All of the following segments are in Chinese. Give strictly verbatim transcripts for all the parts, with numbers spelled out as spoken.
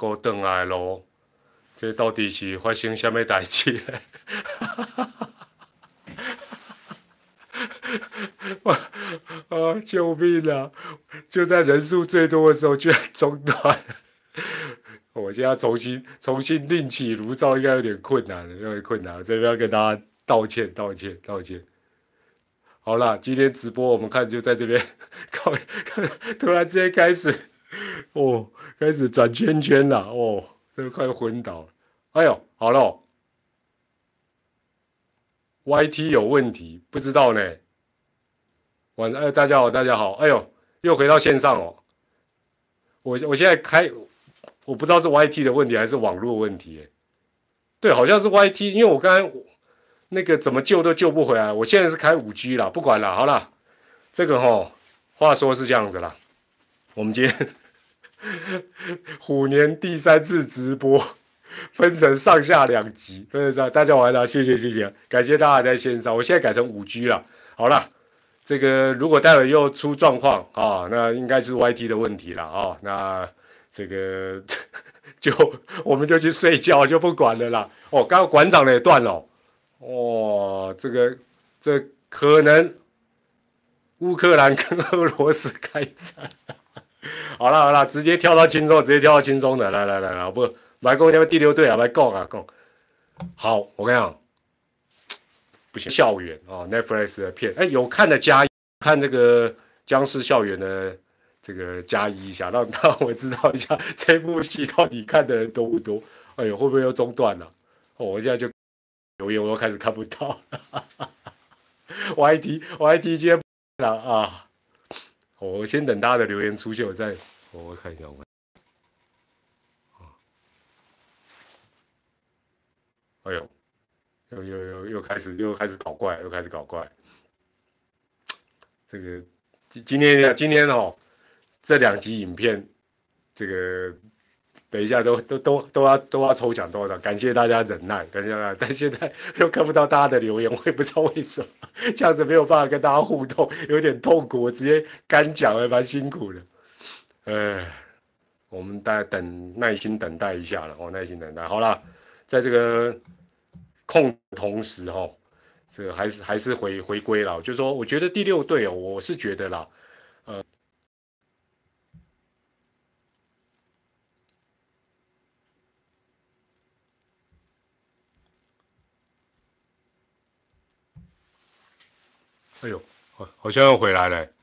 国回来咯，这到底是发生什么代志咧？啊！救命啊！就在人数最多的时候，居然中断。我现在重新重新另起炉灶，应该有点困难了，有点困难。这边要跟大家道歉，道歉，道歉。好啦，今天直播我们看就在这边，靠，突然之间开始，哦，开始转圈圈了，哦，都快昏倒了。哎呦，好了 ，Y T 有问题，不知道呢。晚，哎，大家好，大家好，哎呦，又回到线上哦。我我现在开，我不知道是 Y T 的问题还是网络问题，对，好像是 Y T， 因为我刚才那个怎么救都救不回来。我现在是开 五 G 啦，不管了，好啦，这个齁，话说是这样子啦，我们今天虎年第三次直播，分成上下两集，分成上，大家晚上谢谢谢谢，感谢大家在线上。我现在改成 五 G 了，好啦。这个如果待会又出状况啊，那应该是 Y T 的问题了啊。那这个就我们就去睡觉，就不管了啦。哦，刚刚馆长的也断了。哦，这个这可能乌克兰跟俄罗斯开战。好了好了，直接跳到轻松，直接跳到轻松的。来来来来，不，来跟我讲第六队啊，来讲啊讲。好，我跟你讲。不行，校园哦 ，Netflix 的片，哎，有看的加看这个僵尸校园的这个加一下，让让我知道一下这部戏到底看的人多不多？哎呦，会不会又中断了？哦，我现在就留言我又开始看不到了。Y T Y T 今天了啊！我先等大家的留言出现，我再我看一下我。哎呦！又又又又开始又开始搞怪，又开始搞怪。这个今今天今天哦，这两集影片，这个等一下都都都都要都要抽奖多少？感谢大家忍耐，感谢大家。但现在又看不到大家的留言，我也不知道为什么，这样子没有办法跟大家互动，有点痛苦。我直接干讲还蛮辛苦的。呃，我们大家等耐心等待一下了哦，耐心等待。好了，在这个。空同时哈、哦，这个还是还是回回归了，就是说，我觉得第六队哦，我是觉得啦，呃，哎呦，好，好像又回来了，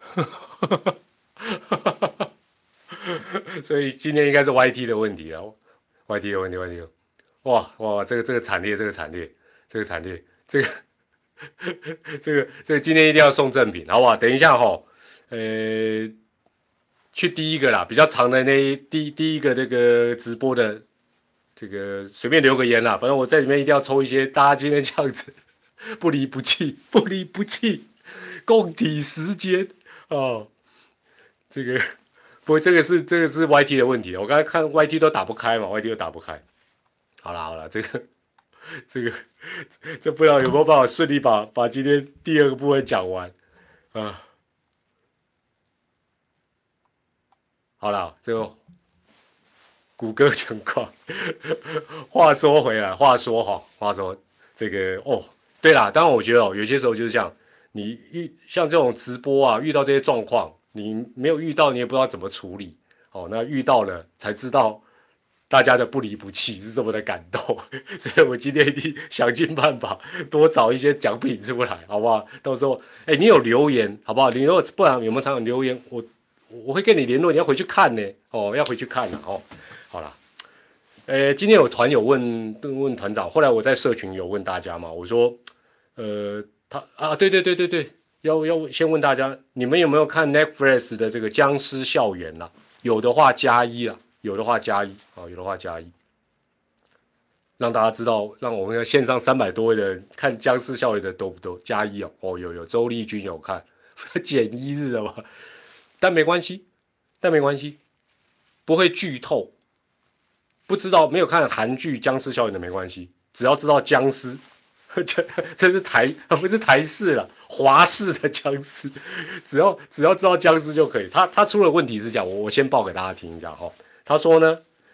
所以今天应该是 Y T 的问题了 ，Y T 的问题，Y T 的。哇哇，这个这个惨烈，这个惨烈，这个惨烈，这个这个这个今天一定要送赠品，好不好？等一下哈、哦，呃，去第一个啦，比较长的那一第第一个这个直播的这个随便留个言啦，反正我在里面一定要抽一些，大家今天这样子不离不弃，不离不弃，共体时间哦，这个不过这个是这个是 Y T 的问题，我刚才看 Y T 都打不开嘛 ，Y T 都打不开。好了好了，这个这个这不知道有没有办法顺利把把今天第二个部分讲完啊？好了，这个谷歌情况。话说回来，话说哈，话说这个哦，对啦，当然我觉得哦，有些时候就是这样，你遇像这种直播啊，遇到这些状况，你没有遇到，你也不知道怎么处理哦。那遇到了才知道。大家的不离不弃是这么的感动，所以我今天一定想尽办法多找一些奖品出来，好不好？到时候，哎，你有留言，好不好？你如果不然有没有常常留言，我我会跟你联络，你要回去看呢，哦，要回去看了哦。好啦，呃，今天有团友问问团长，后来我在社群有问大家嘛，我说，呃，他啊，对对对对对，要要先问大家，你们有没有看 Netflix 的这个僵尸校园啦？有的话加一啦。有的话加一啊，有的话加一，让大家知道，让我们的线上三百多位的看僵尸校园的多不多？加一哦，哦有有，周丽君有看，减一日了吧？但没关系，但没关系，不会剧透，不知道没有看韩剧僵尸校园的没关系，只要知道僵尸，这这是台不是台式了，华式的僵尸，只要只要知道僵尸就可以。他他出了问题是这样，我我先报给大家听一下哈、哦。他说呢，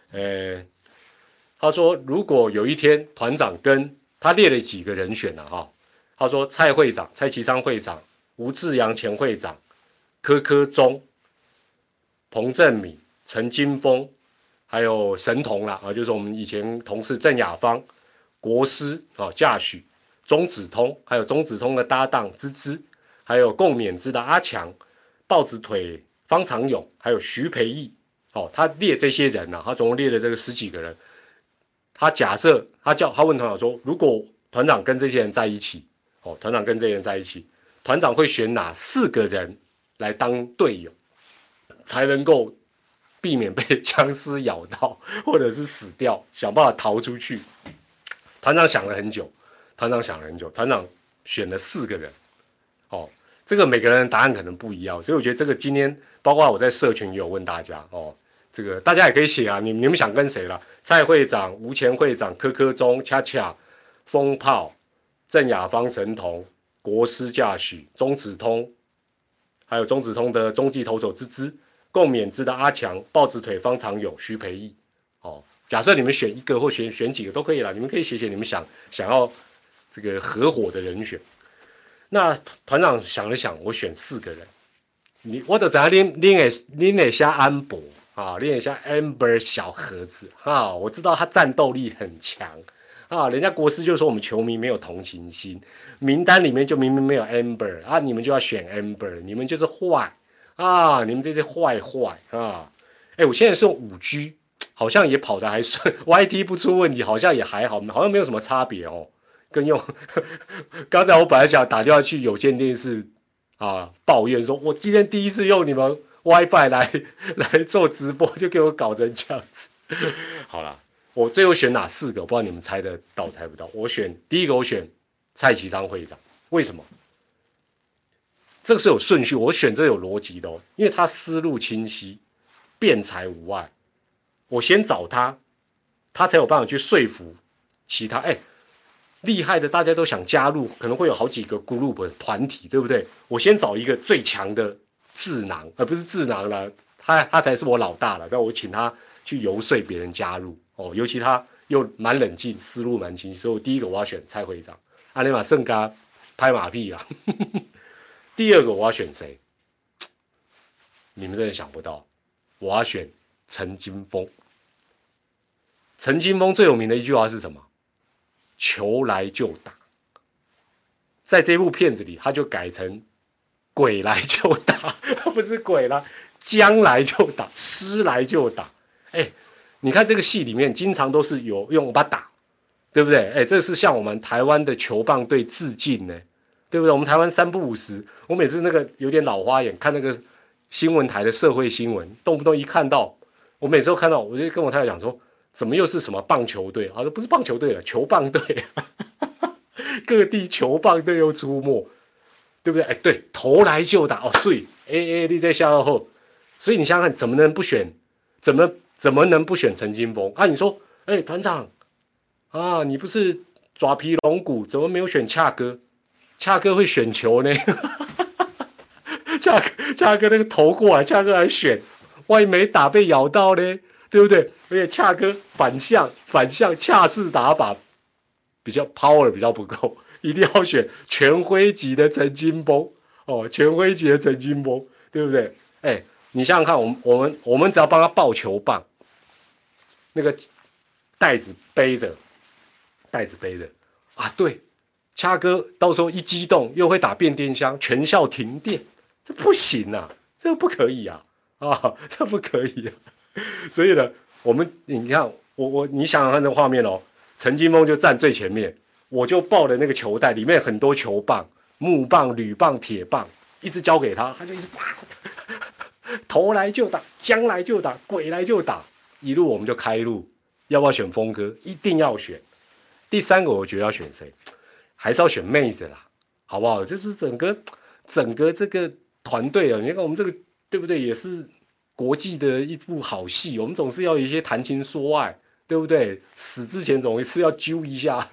呃，他说如果有一天团长跟他列了几个人选了、啊、哈，他说蔡会长、蔡其昌会长、吴志阳前会长、柯柯中、彭正敏、陈金峰，还有神童啦啊，就是我们以前同事郑雅芳、国师啊驾许、钟子通，还有钟子通的搭档芝芝，还有共勉之的阿强、豹子腿方长勇，还有徐培义。哦，他列这些人啊，他总共列了这个十几个人。他假设他叫他问团长说，如果团长跟这些人在一起，哦，团长跟这些人在一起，团长会选哪四个人来当队友，才能够避免被僵尸咬到，或者是死掉，想办法逃出去。团长想了很久，团长想了很久，团长选了四个人。哦，这个每个人的答案可能不一样，所以我觉得这个今天，包括我在社群也有问大家哦，这个大家也可以写啊，你你们想跟谁啦？蔡会长、吴前会长、柯柯中、恰恰、风炮、郑雅芳、神童、国师驾许、钟子通，还有钟子通的中继投手之之。共勉之的阿强、豹子腿方长勇、徐培义。哦，假设你们选一个或选选几个都可以啦，你们可以写写你们想想要这个合伙的人选。那团长想了想，我选四个人。你我就知道恁恁会恁会写安博啊，恁会写 Amber 小盒子啊，我知道他战斗力很强啊，人家国师就说我们球迷没有同情心，名单里面就明明没有 Amber 啊，你们就要选 Amber， 你们就是坏啊，你们这些坏坏啊！哎，我现在是用五 G， 好像也跑得还顺 ，Y T 不出问题，好像也还好，好像没有什么差别哦。跟用，刚才我本来想打电话去有线电视啊抱怨说，我今天第一次用你们 WiFi 来来做直播，就给我搞成这样子。好啦，我最后选哪四个？我不知道你们猜得到猜不到。我选第一个，我选蔡其昌会长，为什么？这个是有顺序，我选这有逻辑的哦，因为他思路清晰，辩才无碍。我先找他，他才有办法去说服其他。哎。厉害的大家都想加入，可能会有好几个 group 团体，对不对？我先找一个最强的智囊，而不是智囊了，他他才是我老大了。但我请他去游说别人加入哦，尤其他又蛮冷静，思路蛮清晰，所以我第一个我要选蔡会长，阿里马圣嘎拍马屁啦。第二个我要选谁？你们真的想不到，我要选陈金峰。陈金峰最有名的一句话是什么？球来就打，在这部片子里，他就改成鬼来就打，不是鬼啦，将来就打，师来就打。哎，你看这个戏里面，经常都是有用把打，对不对？哎，这是向我们台湾的球棒队致敬呢，对不对？我们台湾三不五时，我每次那个有点老花眼，看那个新闻台的社会新闻，动不动一看到，我每次都看到，我就跟我太太讲说。怎么又是什么棒球队？啊，不是棒球队了，球棒队，各地球棒队又出没，对不对？哎，对，投来就打哦，所以，哎哎，你在下后，所以你想想看，怎么能不选？怎么怎么能不选陈金峰？啊，你说，哎，团长，啊，你不是爪皮龙骨，怎么没有选恰哥？恰哥会选球呢？恰哥，恰哥那个投过来，恰哥还选，万一没打被咬到呢？对不对？而且恰哥反向反向恰式打法比较 power 比较不够，一定要选全辉级的陈金峰哦，全辉级的陈金峰，对不对？哎，你想想看，我们我们我们只要帮他抱球棒，那个袋子背着，袋子背着啊，对，恰哥到时候一激动又会打变电箱，全校停电，这不行啊，这不可以啊啊，这不可以啊。所以呢，我们你看我我你想想看这画面哦，陈金峰就站最前面，我就抱着那个球袋，里面很多球棒、木棒、铝棒、铁棒，一直交给他，他就一直啪，投来就打，将来就打，鬼来就打，一路我们就开路。要不要选峰哥？一定要选。第三个我觉得要选谁？还是要选妹子啦，好不好？就是整个整个这个团队啊，你看我们这个对不对？也是。国际的一部好戏，我们总是要有一些谈情说爱，对不对？死之前总是要揪一下。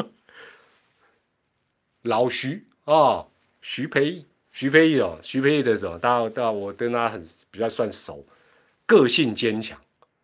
老徐啊，徐培义，徐培义哦，徐培义的什么？大家大家我跟他很比较算熟，个性坚强，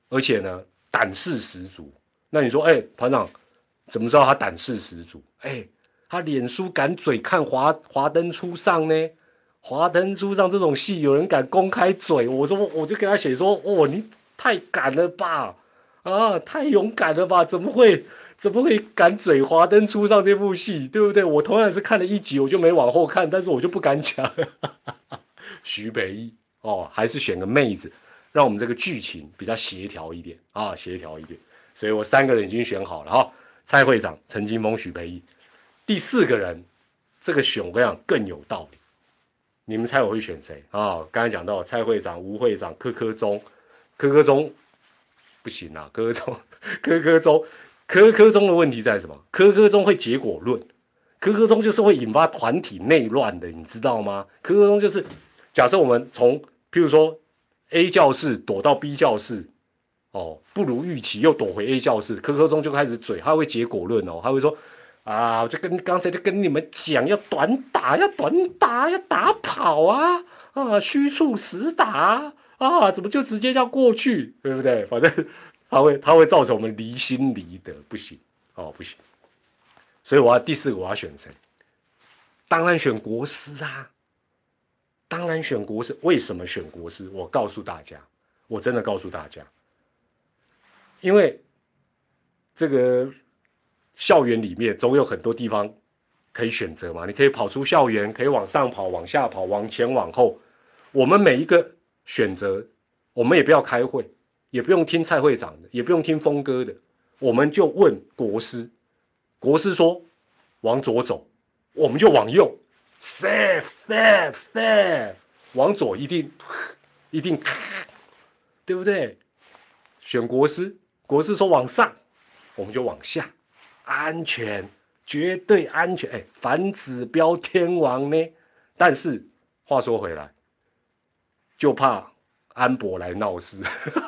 而且呢胆识十足。那你说，哎、欸，团长怎么知道他胆识十足？哎、欸，他脸书敢嘴看华华灯初上呢？华灯初上这种戏，有人敢公开嘴？我说，我就跟他写说，哦，你太敢了吧，啊，太勇敢了吧？怎么会怎么会敢嘴华灯初上这部戏，对不对？我同样是看了一集，我就没往后看，但是我就不敢讲。徐北义哦，还是选个妹子，让我们这个剧情比较协调一点啊，协调一点。所以我三个人已经选好了哈，蔡会长、陈金峰、许培义。第四个人，这个选我跟你讲更有道理。你们猜我会选谁啊？刚才讲到蔡会长、吴会长、柯柯中，柯柯中不行啊，柯柯中，柯柯中，柯柯中的问题在什么？柯柯中会结果论，柯柯中就是会引发团体内乱的，你知道吗？柯柯中就是假设我们从譬如说 A 教室躲到 B 教室。哦，不如预期，又躲回 A 教室，柯柯中就开始嘴，他会结果论哦，他会说啊，我就跟刚才就跟你们讲，要短打，要短打，要打跑啊，啊，虚处实打啊，怎么就直接叫过去，对不对？反正他会他会造成我们离心离德，不行哦，不行。所以我要第四个我要选谁？当然选国师啊，当然选国师。为什么选国师？我告诉大家，我真的告诉大家。因为这个校园里面总有很多地方可以选择嘛，你可以跑出校园，可以往上跑、往下跑、往前往后。我们每一个选择，我们也不要开会，也不用听蔡会长的，也不用听峰哥的，我们就问国师，国师说往左走，我们就往右 ，safe safe safe， 往左一定一定，对不对？选国师。国师说往上，我们就往下，安全，绝对安全。哎，反指标天王呢？但是话说回来，就怕安博来闹事。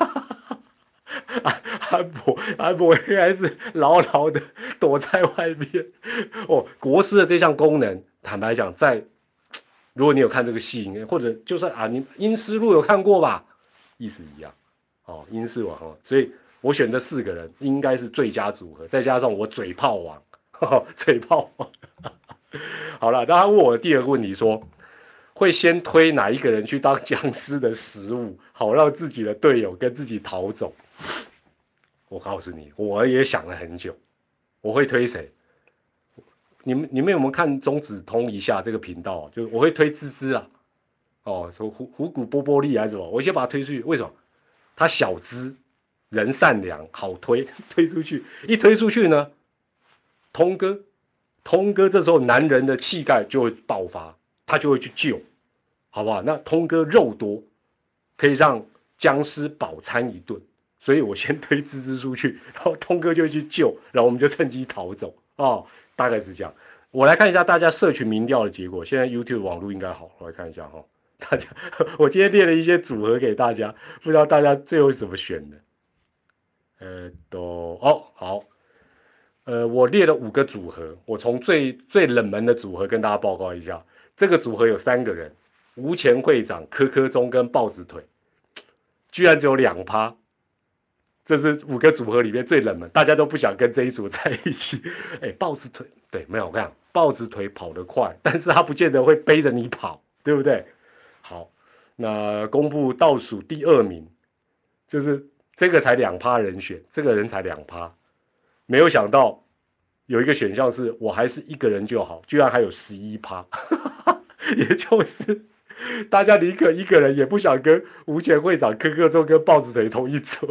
安安博，安博应该是牢牢的躲在外面。哦，国师的这项功能，坦白讲，在如果你有看这个戏，或者就算啊，你阴尸路有看过吧，意思一样。哦，阴尸王哦，所以。我选的四个人应该是最佳组合，再加上我嘴炮王，呵呵嘴炮王。好了，那他问我的第二个问题说，会先推哪一个人去当僵尸的食物，好让自己的队友跟自己逃走？我告诉你，我也想了很久，我会推谁？你们你们有没有看中子通一下这个频道、啊？就是我会推芝芝啊，哦，说虎虎骨波波利还是什么？我先把他推出去，为什么？他小只。人善良，好推，推出去，一推出去呢，通哥，通哥这时候男人的气概就会爆发，他就会去救，好不好？那通哥肉多，可以让僵尸饱餐一顿，所以我先推芝芝出去，然后通哥就会去救，然后我们就趁机逃走哦，大概是这样。我来看一下大家社群民调的结果，现在 YouTube 网络应该好，我来看一下哈、哦，大家，我今天列了一些组合给大家，不知道大家最后是怎么选的。呃，都哦好，呃，我列了五个组合，我从最最冷门的组合跟大家报告一下。这个组合有三个人，吴前会长、柯柯中跟豹子腿，居然只有两趴，这是五个组合里面最冷门，大家都不想跟这一组在一起。哎，豹子腿，对，没有我跟你讲，豹子腿跑得快，但是他不见得会背着你跑，对不对？好，那公布倒数第二名，就是。这个才两趴人选，这个人才两趴，没有想到有一个选项是我还是一个人就好，居然还有十一趴，也就是大家宁可一个人也不想跟吴前会长、柯柯中跟豹子腿同一组。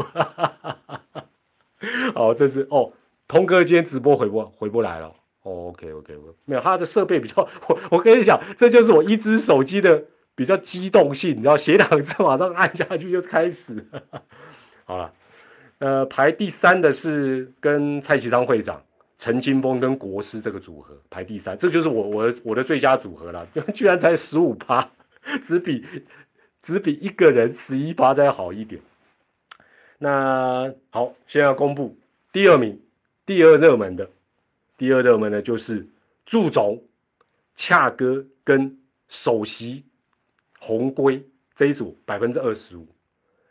好，这是哦，通哥今天直播回不回不来了。哦 OK OK， 没有他的设备比较，我我跟你讲，这就是我一只手机的比较机动性，你知道，写两次马上按下去就开始。好了，呃，排第三的是跟蔡其昌会长、陈金峰跟国师这个组合排第三，这就是我我的我的最佳组合了，居然才十五趴，只比只比一个人十一趴再好一点。那好，现在要公布第二名，第二热门的，第二热门的就是祝总、恰哥跟首席红龟这一组百分之二十五。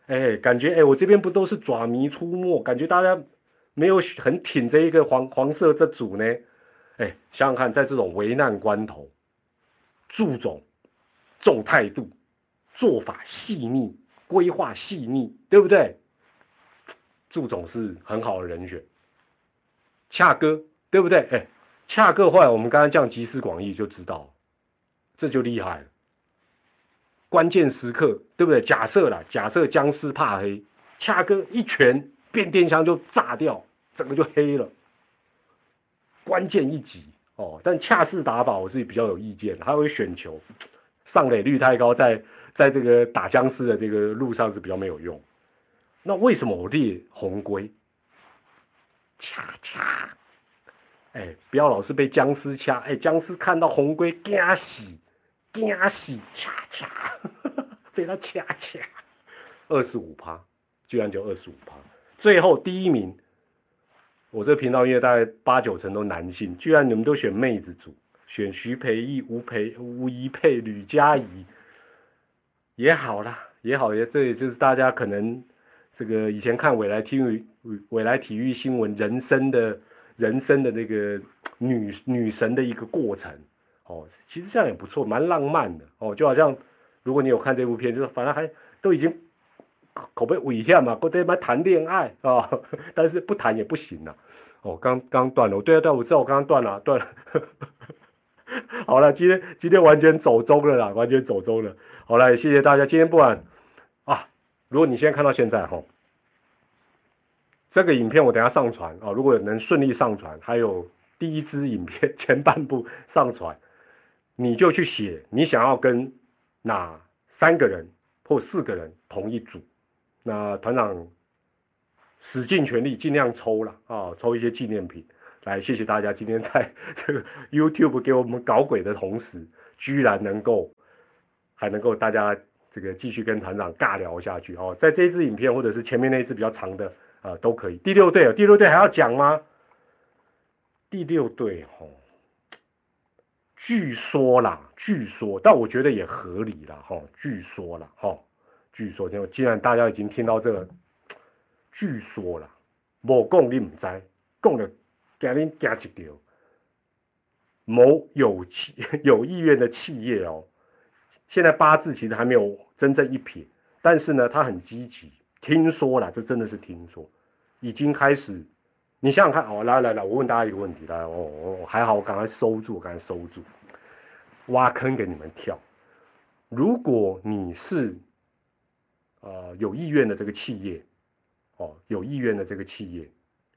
哎，感觉哎，我这边不都是爪迷出没，感觉大家没有很挺这一个黄黄色这组呢。哎，想想看，在这种危难关头，祝总重态度，做法细腻，规划细腻，对不对？祝总是很好的人选。恰哥，对不对？哎，恰哥后来我们刚刚这样集思广益就知道，这就厉害了。关键时刻，对不对？假设啦，假设僵尸怕黑，恰哥一拳变电箱就炸掉，整个就黑了。关键一击哦，但恰式打法我是比较有意见，他会选球，上垒率太高，在在这个打僵尸的这个路上是比较没有用。那为什么我列红龟？恰恰，哎，不要老是被僵尸掐，哎，僵尸看到红龟惊死，惊死，恰恰，被他掐掐，二十五趴，居然就二十五趴，最后第一名。我这个频道因为大概八九成都男性，居然你们都选妹子组，选徐培义、吴培、吴怡佩、吕佳怡，也好啦，也好，也这也就是大家可能这个以前看未来体育、未来体育新闻人生的人生的那个女女神的一个过程哦，其实这样也不错，蛮浪漫的哦，就好像如果你有看这部片，就是反正还都已经。口碑危险嘛，我得妈谈恋爱啊、哦，但是不谈也不行啊。哦，刚刚断了，我对啊对啊，我知道我刚刚断了断了。好了，今天今天完全走中了啦，完全走中了。好了，谢谢大家。今天不管啊，如果你现在看到现在哈，这个影片我等下上传啊，如果能顺利上传，还有第一支影片前半部上传，你就去写你想要跟哪三个人或四个人同一组。那团长使尽全力，尽量抽了啊，抽一些纪念品来，谢谢大家今天在这个 YouTube 给我们搞鬼的同时，居然能够还能够大家这个继续跟团长尬聊下去哦，在这一支影片或者是前面那一支比较长的啊、呃、都可以。第六队哦，第六队还要讲吗？第六队哦，据说啦，据说，但我觉得也合理啦哈、哦，据说啦哈。哦据说，既然大家已经听到这个，据说啦，无讲你唔知，讲了惊恁惊一条。某有企有意愿的企业哦，现在八字其实还没有真正一撇，但是呢，他很积极。听说啦，这真的是听说，已经开始。你想想看哦，来来来，我问大家一个问题，来哦哦，还好我赶快收住，我赶快收住，挖坑给你们跳。如果你是呃，有意愿的这个企业，哦，有意愿的这个企业，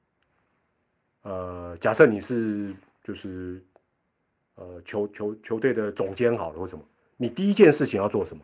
呃，假设你是就是呃球球球队的总监好了或什么，你第一件事情要做什么？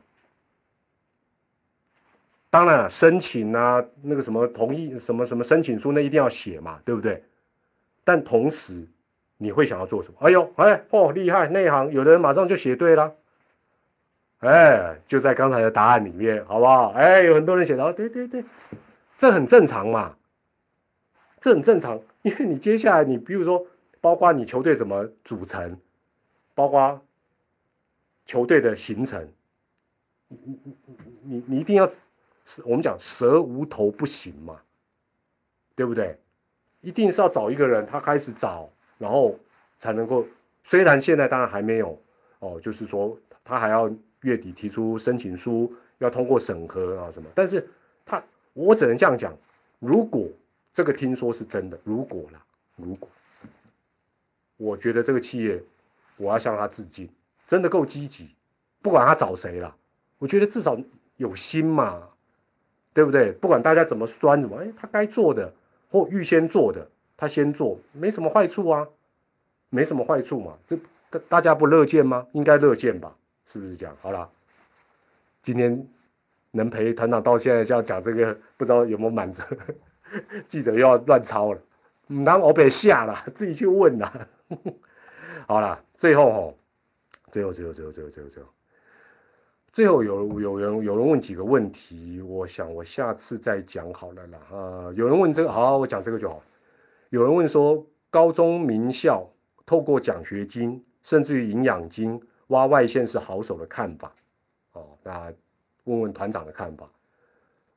当然了，申请啊，那个什么同意什么什么申请书，那一定要写嘛，对不对？但同时你会想要做什么？哎呦，哎哦，厉害，内行，有的人马上就写对了。哎，就在刚才的答案里面，好不好？哎，有很多人写到，对对对，这很正常嘛，这很正常，因为你接下来你比如说，包括你球队怎么组成，包括球队的形成，你你你你一定要，我们讲蛇无头不行嘛，对不对？一定是要找一个人，他开始找，然后才能够，虽然现在当然还没有哦，就是说他还要。月底提出申请书，要通过审核啊什么，但是他我只能这样讲，如果这个听说是真的，如果啦，如果我觉得这个企业，我要向他致敬，真的够积极，不管他找谁啦，我觉得至少有心嘛，对不对？不管大家怎么酸什么，哎，他该做的或预先做的，他先做，没什么坏处啊，没什么坏处嘛，这大家不乐见吗？应该乐见吧。是不是这样？好了，今天能陪团长到现在这样讲这个，不知道有没有满足记者又要乱抄了，唔当我被吓了，自己去问啦。好了，最后哈，最后最后最后最后最后最后，最后有有人有人问几个问题，我想我下次再讲好了啦。呃，有人问这个，好，我讲这个就好。有人问说，高中名校透过奖学金，甚至于营养金。挖外线是好手的看法，哦，那问问团长的看法。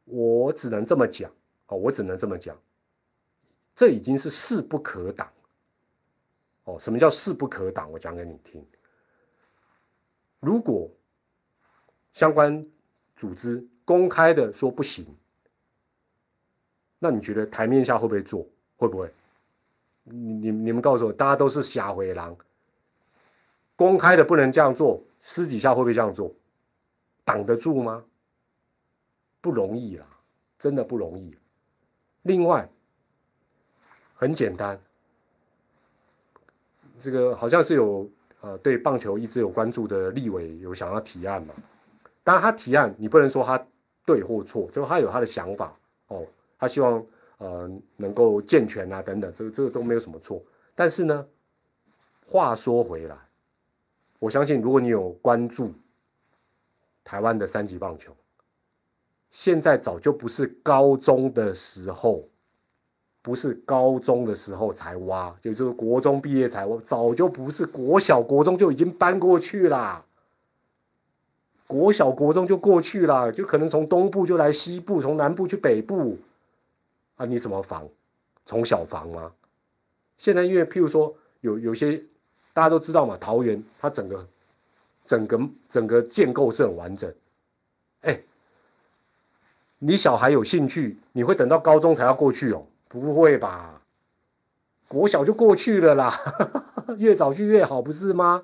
我只能这么讲，哦，我只能这么讲，这已经是势不可挡。哦，什么叫势不可挡？我讲给你听。如果相关组织公开的说不行，那你觉得台面下会不会做？会不会？你你你们告诉我，大家都是瞎回狼，公开的不能这样做，私底下会不会这样做？挡得住吗？不容易啦，真的不容易。另外，很简单，这个好像是有呃对棒球一直有关注的立委有想要提案嘛？当然他提案，你不能说他对或错，就他有他的想法哦，他希望呃能够健全啊等等，这个这个都没有什么错。但是呢，话说回来，我相信如果你有关注台湾的三级棒球，现在早就不是高中的时候，不是高中的时候才挖，也就是国中毕业才挖，早就不是国小国中就已经搬过去啦。国小国中就过去啦，就可能从东部就来西部，从南部去北部，啊，你怎么防？从小防吗？现在因为譬如说有有些大家都知道嘛，桃园它整个整个整个建构是很完整，哎。你小孩有兴趣，你会等到高中才要过去哦？不会吧？国小就过去了啦，越早去越好，不是吗？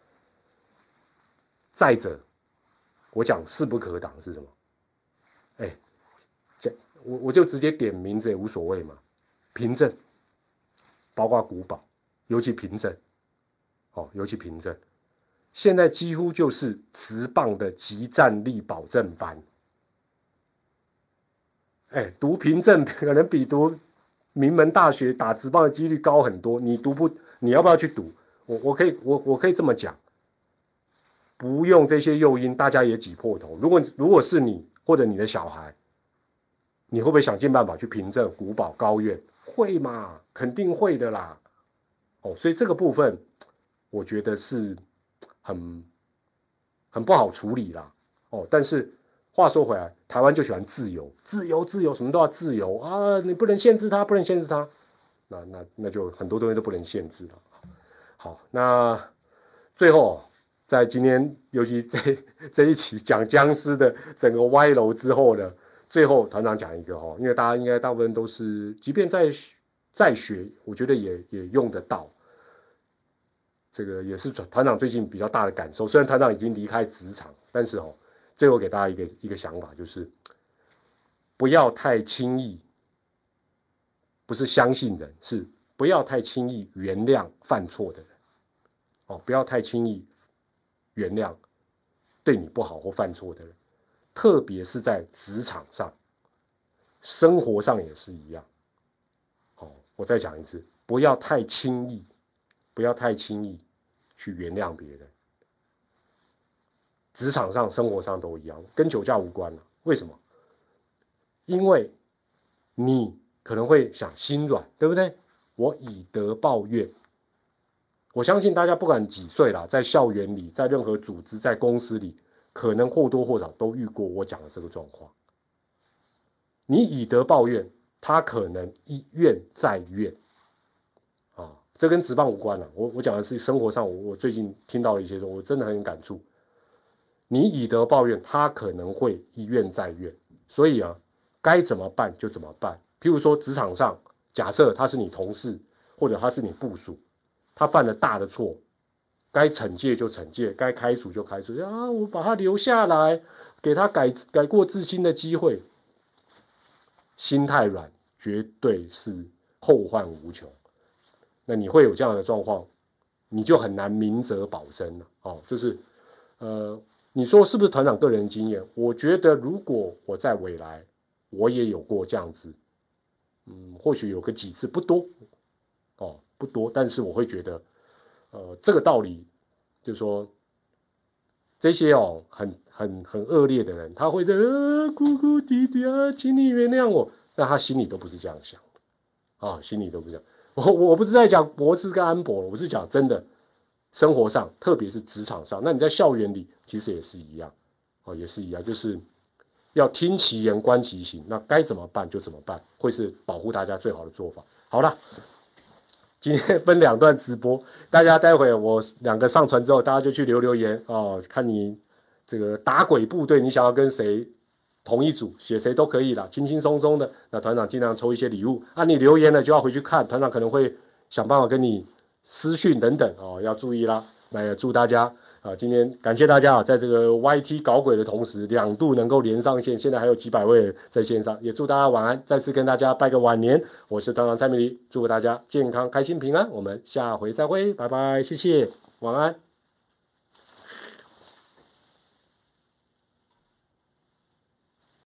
再者，我讲势不可挡是什么？哎，我我就直接点名字也无所谓嘛。平镇，包括古堡，尤其平镇，哦，尤其平镇，现在几乎就是职棒的即战力保证班。哎，读平镇可能比读名门大学打职棒的几率高很多。你读不，你要不要去读？我我可以，我我可以这么讲，不用这些诱因，大家也挤破头。如果如果是你或者你的小孩，你会不会想尽办法去平镇、古堡、高院？会嘛？肯定会的啦。哦，所以这个部分，我觉得是很很不好处理啦。哦，但是。话说回来，台湾就喜欢自由，自由，自由，什么都要自由啊！你不能限制它，不能限制它，那那那就很多东西都不能限制了。好，那最后在今天，尤其这这一期讲僵尸的整个歪楼之后呢，最后团长讲一个哈，因为大家应该大部分都是，即便在在学，我觉得也也用得到。这个也是团长最近比较大的感受，虽然团长已经离开职场，但是哦。最后给大家一个一个想法，就是不要太轻易，不是相信人，是不要太轻易原谅犯错的人，哦，不要太轻易原谅对你不好或犯错的人，特别是在职场上，生活上也是一样。哦，我再讲一次，不要太轻易，不要太轻易去原谅别人。职场上、生活上都一样，跟酒驾无关了。为什么？因为你可能会想心软，对不对？我以德报怨。我相信大家不管几岁啦，在校园里，在任何组织，在公司里，可能或多或少都遇过我讲的这个状况。你以德报怨，他可能一怨再怨。啊，这跟职棒无关了。我我讲的是生活上，我我最近听到了一些，我真的很有感触。你以德报怨，他可能会一怨再怨，所以啊，该怎么办就怎么办。譬如说，职场上，假设他是你同事，或者他是你部属，他犯了大的错，该惩戒就惩戒，该开除就开除啊，我把他留下来，给他改改过自新的机会。心太软，绝对是后患无穷。那你会有这样的状况，你就很难明哲保身了。哦，这是呃。你说是不是团长个人经验？我觉得如果我在未来，我也有过这样子，嗯，或许有个几次，不多，哦，不多，但是我会觉得，呃，这个道理，就是说，这些哦，很很很恶劣的人，他会在呃哭哭啼啼啊，请你原谅我，但他心里都不是这样想的，啊，心里都不是这样。我我不是在讲博士跟安博，我是讲真的。生活上，特别是职场上，那你在校园里其实也是一样，哦，也是一样，就是要听其言观其行，那该怎么办就怎么办，会是保护大家最好的做法。好了，今天分两段直播，大家待会我两个上传之后，大家就去留留言哦，看你这个打鬼部队，你想要跟谁同一组，写谁都可以啦，轻轻松松的。那团长尽量抽一些礼物啊，你留言了就要回去看，团长可能会想办法跟你私讯等等哦，要注意啦。那也祝大家。啊，今天感谢大家啊，在这个 Y T 搞鬼的同时，两度能够连上线，现在还有几百位在线上，也祝大家晚安，再次跟大家拜个晚年。我是团长蔡明黎，祝大家健康、开心、平安，我们下回再会，拜拜，谢谢，晚安。